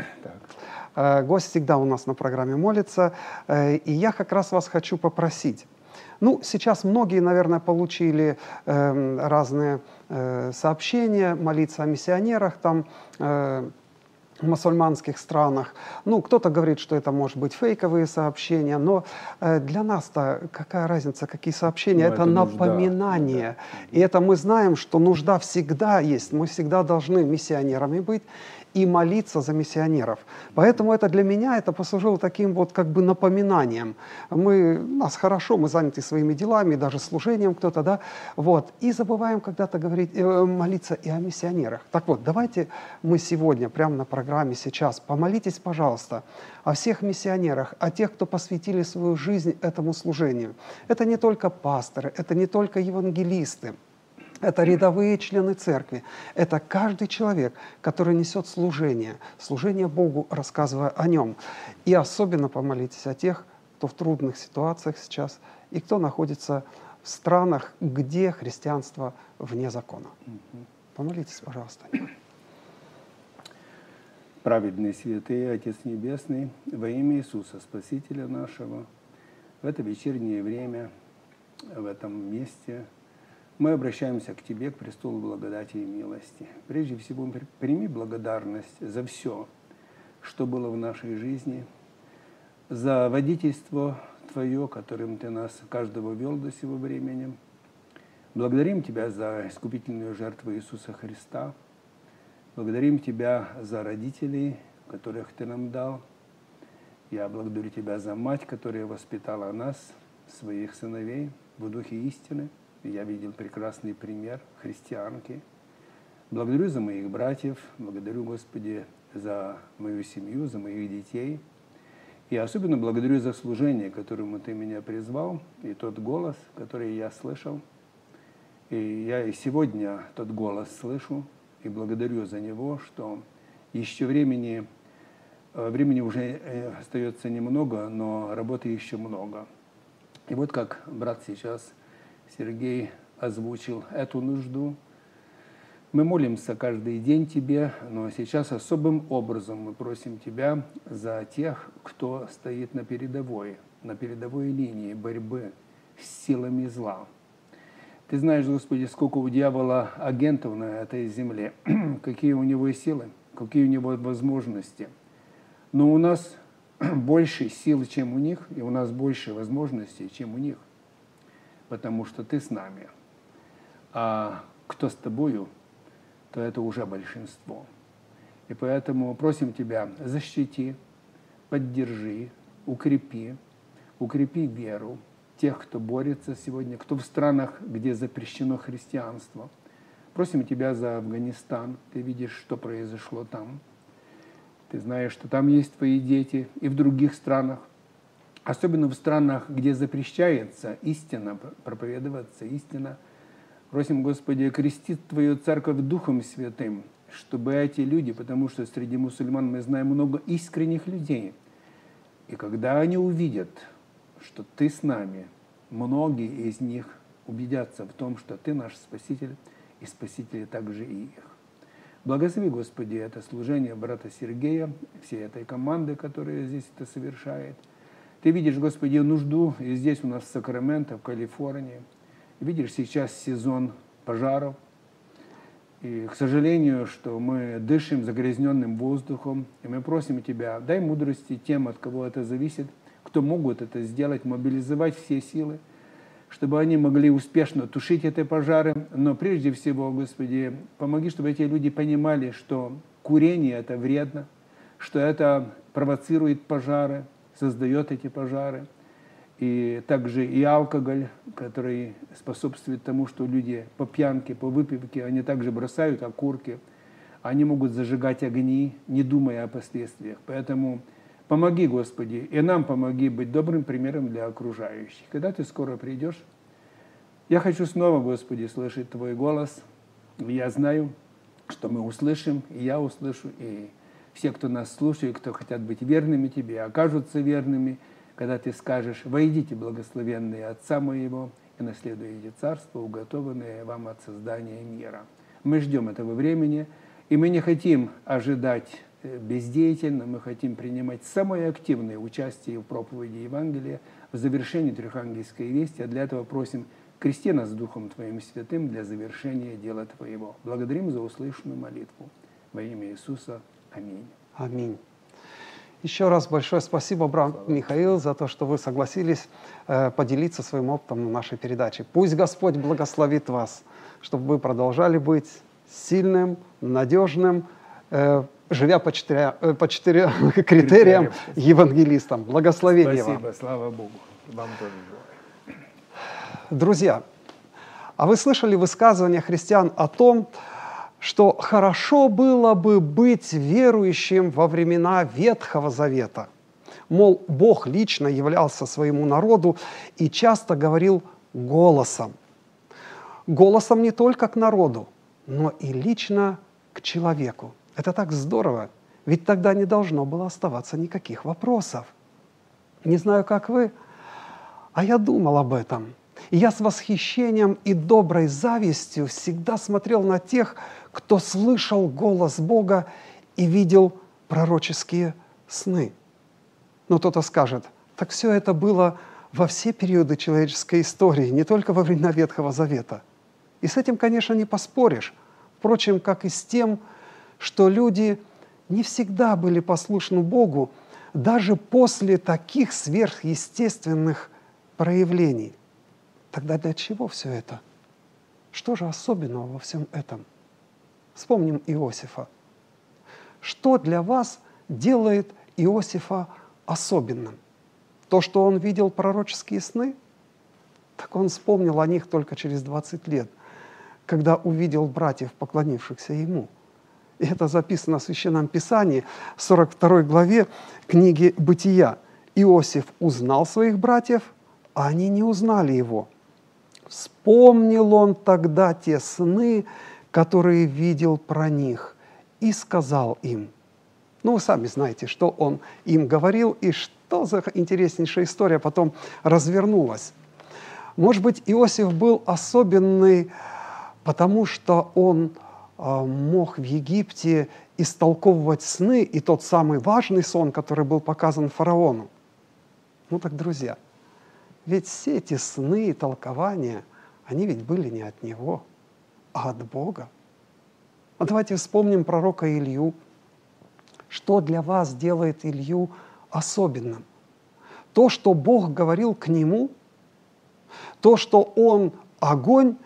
Гость всегда у нас на программе молится. И я как раз вас хочу попросить. Ну, сейчас многие, наверное, получили разные сообщения, молиться о миссионерах там, в мусульманских странах. Ну, кто-то говорит, что это может быть фейковые сообщения, но для нас-то какая разница, какие сообщения? Это напоминание. Да. И это мы знаем, что нужда всегда есть. Мы всегда должны миссионерами быть и молиться за миссионеров. Поэтому это для меня это послужило таким вот как бы напоминанием. У нас хорошо, мы заняты своими делами, даже служением кто-то, да, вот. И забываем когда-то говорить, молиться и о миссионерах. Так вот, давайте мы сегодня, прямо на программе сейчас, помолитесь, пожалуйста, о всех миссионерах, о тех, кто посвятили свою жизнь этому служению. Это не только пасторы, это не только евангелисты. Это рядовые члены церкви. Это каждый человек, который несет служение Богу, рассказывая о Нем. И особенно помолитесь о тех, кто в трудных ситуациях сейчас и кто находится в странах, где христианство вне закона. Помолитесь, пожалуйста. Праведный, святый Отец Небесный, во имя Иисуса, Спасителя нашего, в это вечернее время, в этом месте, мы обращаемся к Тебе, к престолу благодати и милости. Прежде всего, прими благодарность за все, что было в нашей жизни, за водительство Твое, которым Ты нас, каждого вел до сего времени. Благодарим Тебя за искупительную жертву Иисуса Христа. Благодарим Тебя за родителей, которых Ты нам дал. Я благодарю Тебя за мать, которая воспитала нас, своих сыновей, в духе истины. Я видел прекрасный пример христианки. Благодарю за моих братьев, благодарю, Господи, за мою семью, за моих детей. И особенно благодарю за служение, к которому Ты меня призвал, и тот голос, который я слышал. И я и сегодня тот голос слышу, и благодарю за него, что еще времени уже остается немного, но работы еще много. И вот как брат сейчас Сергей озвучил эту нужду. Мы молимся каждый день Тебе, но сейчас особым образом мы просим Тебя за тех, кто стоит на передовой линии борьбы с силами зла. Ты знаешь, Господи, сколько у дьявола агентов на этой земле, какие у него силы, какие у него возможности. Но у нас больше сил, чем у них, и у нас больше возможностей, чем у них. Потому что Ты с нами. А кто с Тобою, то это уже большинство. И поэтому просим Тебя, защити поддержи, укрепи веру тех, кто борется сегодня, кто в странах, где запрещено христианство. Просим Тебя за Афганистан. Ты видишь, что произошло там. Ты знаешь, что там есть Твои дети и в других странах. Особенно в странах, где запрещается истина, проповедоваться истина. Просим, Господи, окрестить Твою Церковь Духом Святым, чтобы эти люди, потому что среди мусульман мы знаем много искренних людей, и когда они увидят, что Ты с нами, многие из них убедятся в том, что Ты наш Спаситель, и Спасители также и их. Благослови, Господи, это служение брата Сергея, всей этой команды, которая здесь это совершает. Ты видишь, Господи, нужду и здесь у нас в Сакраменто, в Калифорнии. Видишь, сейчас сезон пожаров. И, к сожалению, что мы дышим загрязненным воздухом. И мы просим Тебя, дай мудрости тем, от кого это зависит, кто могут это сделать, мобилизовать все силы, чтобы они могли успешно тушить эти пожары. Но прежде всего, Господи, помоги, чтобы эти люди понимали, что курение – это вредно, что это провоцирует пожары, создает эти пожары. И также и алкоголь, который способствует тому, что люди по пьянке, по выпивке, они также бросают окурки, они могут зажигать огни, не думая о последствиях. Поэтому помоги, Господи, и нам помоги быть добрым примером для окружающих. Когда Ты скоро придешь, я хочу снова, Господи, слышать Твой голос. Я знаю, что мы услышим, и я услышу, и все, кто нас слушает, кто хотят быть верными Тебе, окажутся верными, когда Ты скажешь: «Войдите, благословенные Отца Моего, и наследуйте царство, уготованное вам от создания мира». Мы ждем этого времени, и мы не хотим ожидать бездеятельно, мы хотим принимать самое активное участие в проповеди Евангелия, в завершении Трехангельской вести, а для этого просим: крести нас Духом Твоим Святым для завершения дела Твоего. Благодарим за услышанную молитву. Во имя Иисуса. Аминь. Аминь. Еще раз большое спасибо, брат Михаил, за то, что вы согласились поделиться своим опытом на нашей передаче. Пусть Господь благословит вас, чтобы вы продолжали быть сильным, надежным, живя по четырем критериям евангелистом. Благословение вам. Спасибо, слава Богу. Вам тоже желаю. Друзья, а вы слышали высказывания христиан о том, что хорошо было бы быть верующим во времена Ветхого Завета? Мол, Бог лично являлся своему народу и часто говорил голосом. Голосом не только к народу, но и лично к человеку. Это так здорово, ведь тогда не должно было оставаться никаких вопросов. Не знаю, как вы, а я думал об этом. И я с восхищением и доброй завистью всегда смотрел на тех, кто слышал голос Бога и видел пророческие сны. Но кто-то скажет: так все это было во все периоды человеческой истории, не только во времена Ветхого Завета. И с этим, конечно, не поспоришь. Впрочем, как и с тем, что люди не всегда были послушны Богу, даже после таких сверхъестественных проявлений. Тогда для чего все это? Что же особенного во всем этом? Вспомним Иосифа. Что для вас делает Иосифа особенным? То, что он видел пророческие сны? Так он вспомнил о них только через 20 лет, когда увидел братьев, поклонившихся ему. И это записано в Священном Писании, в 42 главе книги «Бытия». Иосиф узнал своих братьев, а они не узнали его. Вспомнил он тогда те сны, которые видел про них, и сказал им. Ну, вы сами знаете, что он им говорил, и что за интереснейшая история потом развернулась. Может быть, Иосиф был особенный, потому что он мог в Египте истолковывать сны, и тот самый важный сон, который был показан фараону. Ну так, друзья, ведь все эти сны и толкования, они ведь были не от него, а от Бога. А давайте вспомним пророка Илью. Что для вас делает Илью особенным? То, что Бог говорил к нему, то, что он огонь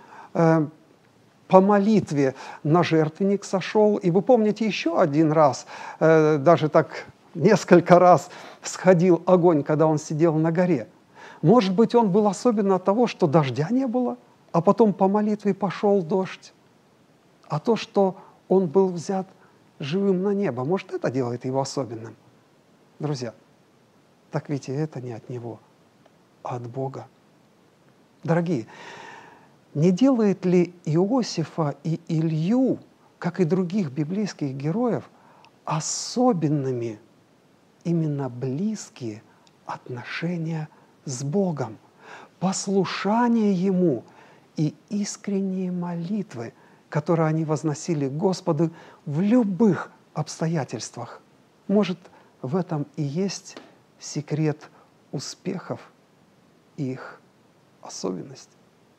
по молитве на жертвенник сошел. И вы помните еще один раз, даже так несколько раз сходил огонь, когда он сидел на горе. Может быть, он был особенно от того, что дождя не было, а потом по молитве пошел дождь. А то, что он был взят живым на небо, может, это делает его особенным. Друзья, так ведь и это не от него, а от Бога. Дорогие, не делает ли Иосифа и Илью, как и других библейских героев, особенными именно близкие отношения с Богом, послушание Ему и искренние молитвы, которые они возносили к Господу в любых обстоятельствах? Может, в этом и есть секрет успехов и их особенность.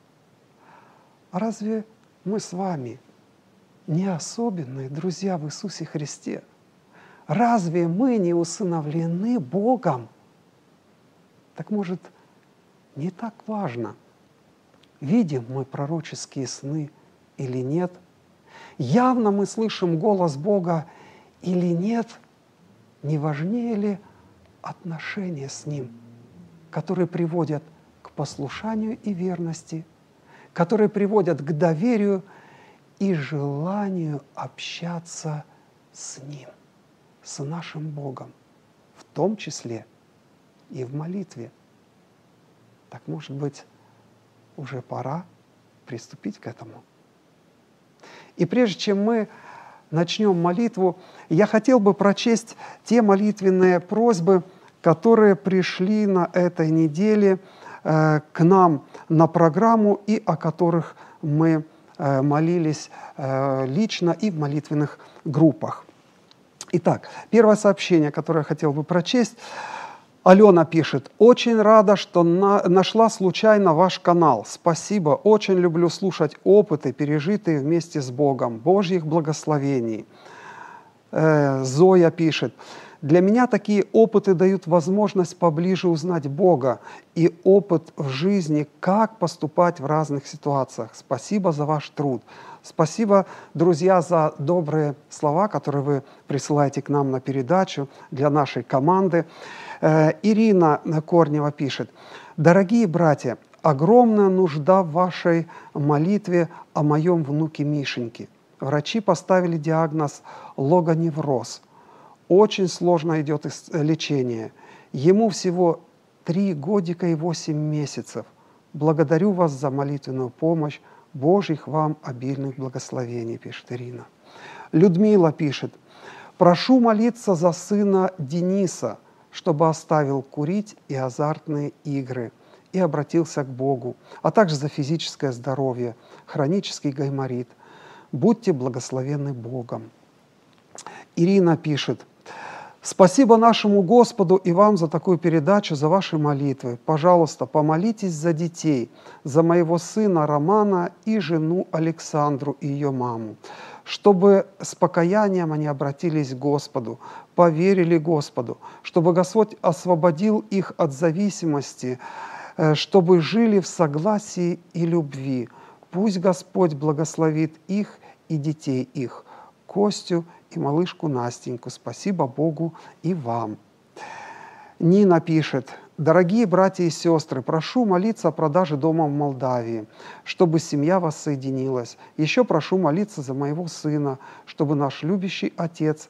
А разве мы с вами не особенные друзья в Иисусе Христе? Разве мы не усыновлены Богом? Так может, не так важно, видим мы пророческие сны или нет? Явно мы слышим голос Бога или нет? Не важнее ли отношения с Ним, которые приводят к послушанию и верности, которые приводят к доверию и желанию общаться с Ним, с нашим Богом, в том числе и в молитве? Так, может быть, уже пора приступить к этому? И прежде чем мы начнем молитву, я хотел бы прочесть те молитвенные просьбы, которые пришли на этой неделе к нам на программу и о которых мы молились лично и в молитвенных группах. Итак, первое сообщение, которое я хотел бы прочесть. Алена пишет: «Очень рада, что нашла случайно ваш канал. Спасибо, очень люблю слушать опыты, пережитые вместе с Богом. Божьих благословений». Зоя пишет: «Для меня такие опыты дают возможность поближе узнать Бога и опыт в жизни, как поступать в разных ситуациях. Спасибо за ваш труд». Спасибо, друзья, за добрые слова, которые вы присылаете к нам на передачу для нашей команды. Ирина Корнева пишет: «Дорогие братья, огромная нужда в вашей молитве о моем внуке Мишеньке. Врачи поставили диагноз логоневроз. Очень сложно идет лечение. Ему всего 3 годика и 8 месяцев. Благодарю вас за молитвенную помощь. Божьих вам обильных благословений», пишет Ирина. Людмила пишет: «Прошу молиться за сына Дениса, чтобы оставил курить и азартные игры и обратился к Богу, а также за физическое здоровье, хронический гайморит. Будьте благословенны Богом». Ирина пишет: «Спасибо нашему Господу и вам за такую передачу, за ваши молитвы. Пожалуйста, помолитесь за детей, за моего сына Романа и жену Александру и ее маму, чтобы с покаянием они обратились к Господу, поверили Господу, чтобы Господь освободил их от зависимости, чтобы жили в согласии и любви. Пусть Господь благословит их и детей их, Костю и малышку Настеньку. Спасибо Богу и вам». Нина пишет: «Дорогие братья и сестры, прошу молиться о продаже дома в Молдавии, чтобы семья воссоединилась. Еще прошу молиться за моего сына, чтобы наш любящий отец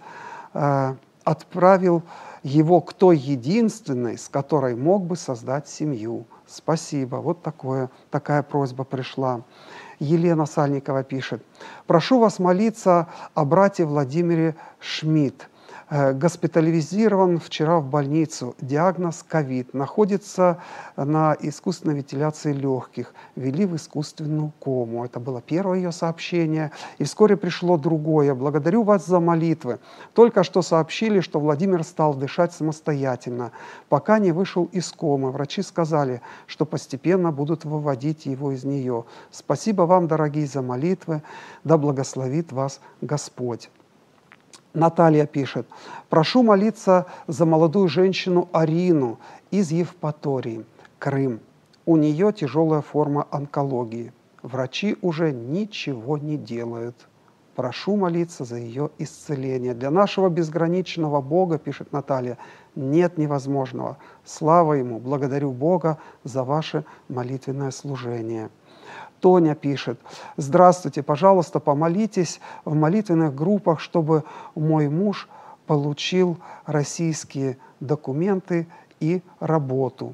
отправил его к той единственной, с которой мог бы создать семью. Спасибо». Вот такая просьба пришла. Елена Сальникова пишет: «Прошу вас молиться о брате Владимире Шмидт. Госпитализирован вчера в больницу. Диагноз ковид. Находится на искусственной вентиляции легких. Ввели в искусственную кому». Это было первое ее сообщение. И вскоре пришло другое. «Благодарю вас за молитвы. Только что сообщили, что Владимир стал дышать самостоятельно, пока не вышел из комы. Врачи сказали, что постепенно будут выводить его из нее. Спасибо вам, дорогие, за молитвы. Да благословит вас Господь». Наталья пишет: «Прошу молиться за молодую женщину Арину из Евпатории, Крым. У нее тяжелая форма онкологии. Врачи уже ничего не делают. Прошу молиться за ее исцеление. Для нашего безграничного Бога, пишет Наталья, нет невозможного. Слава Ему, благодарю Бога за ваше молитвенное служение. Тоня пишет: здравствуйте, пожалуйста, помолитесь в молитвенных группах, чтобы мой муж получил российские документы и работу.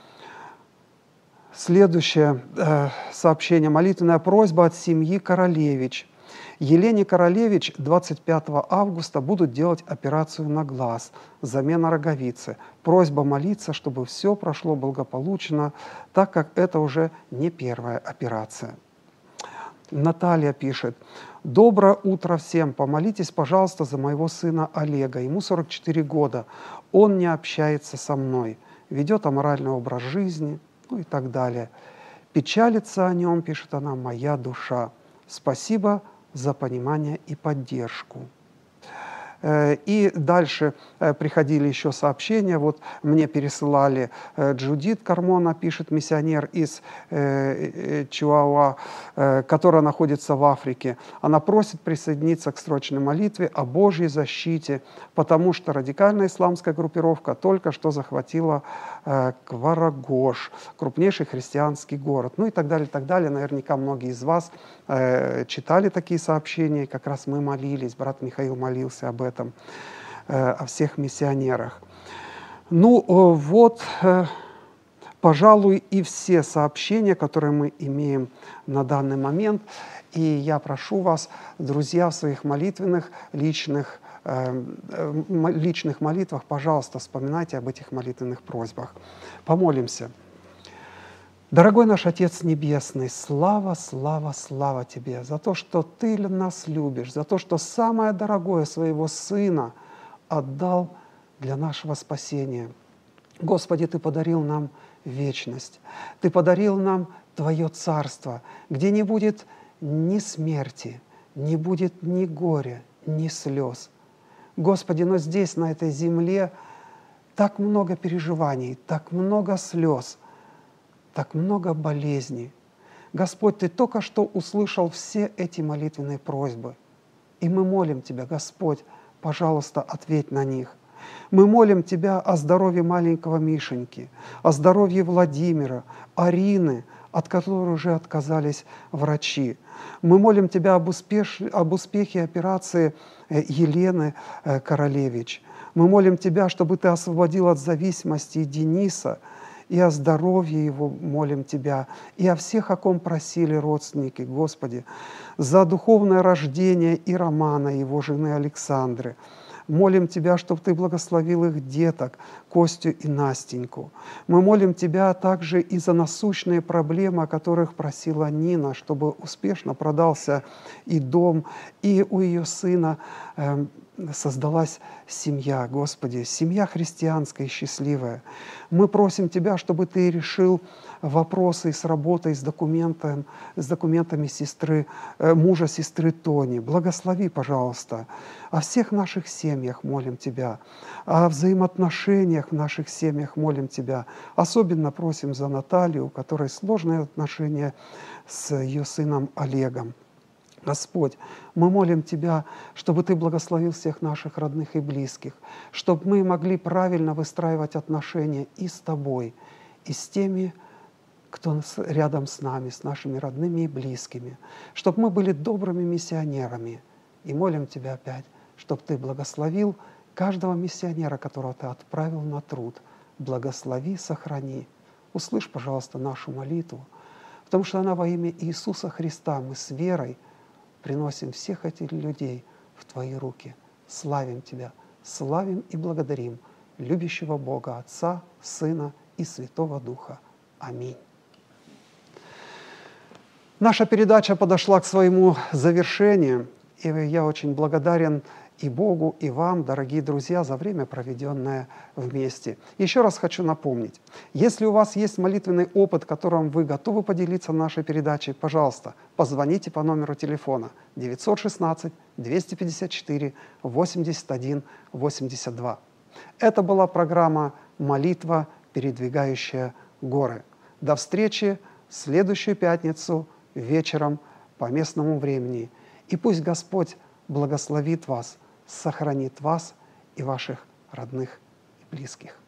Следующее сообщение. Молитвенная просьба от семьи Королевич. Елене Королевич 25 августа будут делать операцию на глаз, замена роговицы. Просьба молиться, чтобы все прошло благополучно, так как это уже не первая операция. Наталья пишет: доброе утро всем. Помолитесь, пожалуйста, за моего сына Олега. Ему 44 года. Он не общается со мной, ведет аморальный образ жизни, ну и так далее. Печалится о нем, пишет она, моя душа. Спасибо за понимание и поддержку. И дальше приходили еще сообщения. Вот мне пересылали Джудит Кармона, пишет, миссионер из Чиуауа, которая находится в Африке. Она просит присоединиться к срочной молитве о Божьей защите, потому что радикальная исламская группировка только что захватила Кварагош, крупнейший христианский город. Ну и так далее, так далее. Наверняка многие из вас читали такие сообщения. Как раз мы молились, брат Михаил молился об этом, о всех миссионерах. Ну вот, пожалуй, и все сообщения, которые мы имеем на данный момент. И я прошу вас, друзья, в своих молитвенных, личных молитвах, пожалуйста, вспоминайте об этих молитвенных просьбах. Помолимся. Дорогой наш Отец Небесный, слава, слава, слава Тебе за то, что Ты нас любишь, за то, что самое дорогое своего Сына отдал для нашего спасения. Господи, Ты подарил нам вечность, Ты подарил нам Твое Царство, где не будет ни смерти, не будет ни горя, ни слез. Господи, но здесь, на этой земле, так много переживаний, так много слез, так много болезней. Господь, Ты только что услышал все эти молитвенные просьбы. И мы молим Тебя, Господь, пожалуйста, ответь на них. Мы молим Тебя о здоровье маленького Мишеньки, о здоровье Владимира, Арины, от которой уже отказались врачи. Мы молим Тебя об успехе операции Елены Королевич. Мы молим Тебя, чтобы Ты освободил от зависимости Дениса, и о здоровье его молим Тебя, и о всех, о ком просили родственники, Господи, за духовное рождение и Романа, его жены Александры. Молим Тебя, чтобы Ты благословил их деток, Костю и Настеньку. Мы молим Тебя также и за насущные проблемы, о которых просила Нина, чтобы успешно продался и дом, и у ее сына создалась семья, Господи, семья христианская и счастливая. Мы просим Тебя, чтобы Ты решил вопросы с работой, с документами мужа сестры Тони. Благослови, пожалуйста. О всех наших семьях молим Тебя, о взаимоотношениях в наших семьях молим Тебя. Особенно просим за Наталью, у которой сложные отношения с ее сыном Олегом. Господь, мы молим Тебя, чтобы Ты благословил всех наших родных и близких, чтобы мы могли правильно выстраивать отношения и с Тобой, и с теми, кто рядом с нами, с нашими родными и близкими, чтобы мы были добрыми миссионерами. И молим Тебя опять, чтобы Ты благословил каждого миссионера, которого Ты отправил на труд. Благослови, сохрани. Услышь, пожалуйста, нашу молитву, потому что она во имя Иисуса Христа. Мы с верой приносим всех этих людей в Твои руки. Славим Тебя, славим и благодарим любящего Бога, Отца, Сына и Святого Духа. Аминь. Наша передача подошла к своему завершению, и я очень благодарен и Богу, и вам, дорогие друзья, за время, проведенное вместе. Еще раз хочу напомнить, если у вас есть молитвенный опыт, которым вы готовы поделиться в нашей передаче, пожалуйста, позвоните по номеру телефона 916-254-81-82. Это была программа «Молитва, передвигающая горы». До встречи в следующую пятницу вечером по местному времени. И пусть Господь благословит вас, сохранит вас и ваших родных и близких.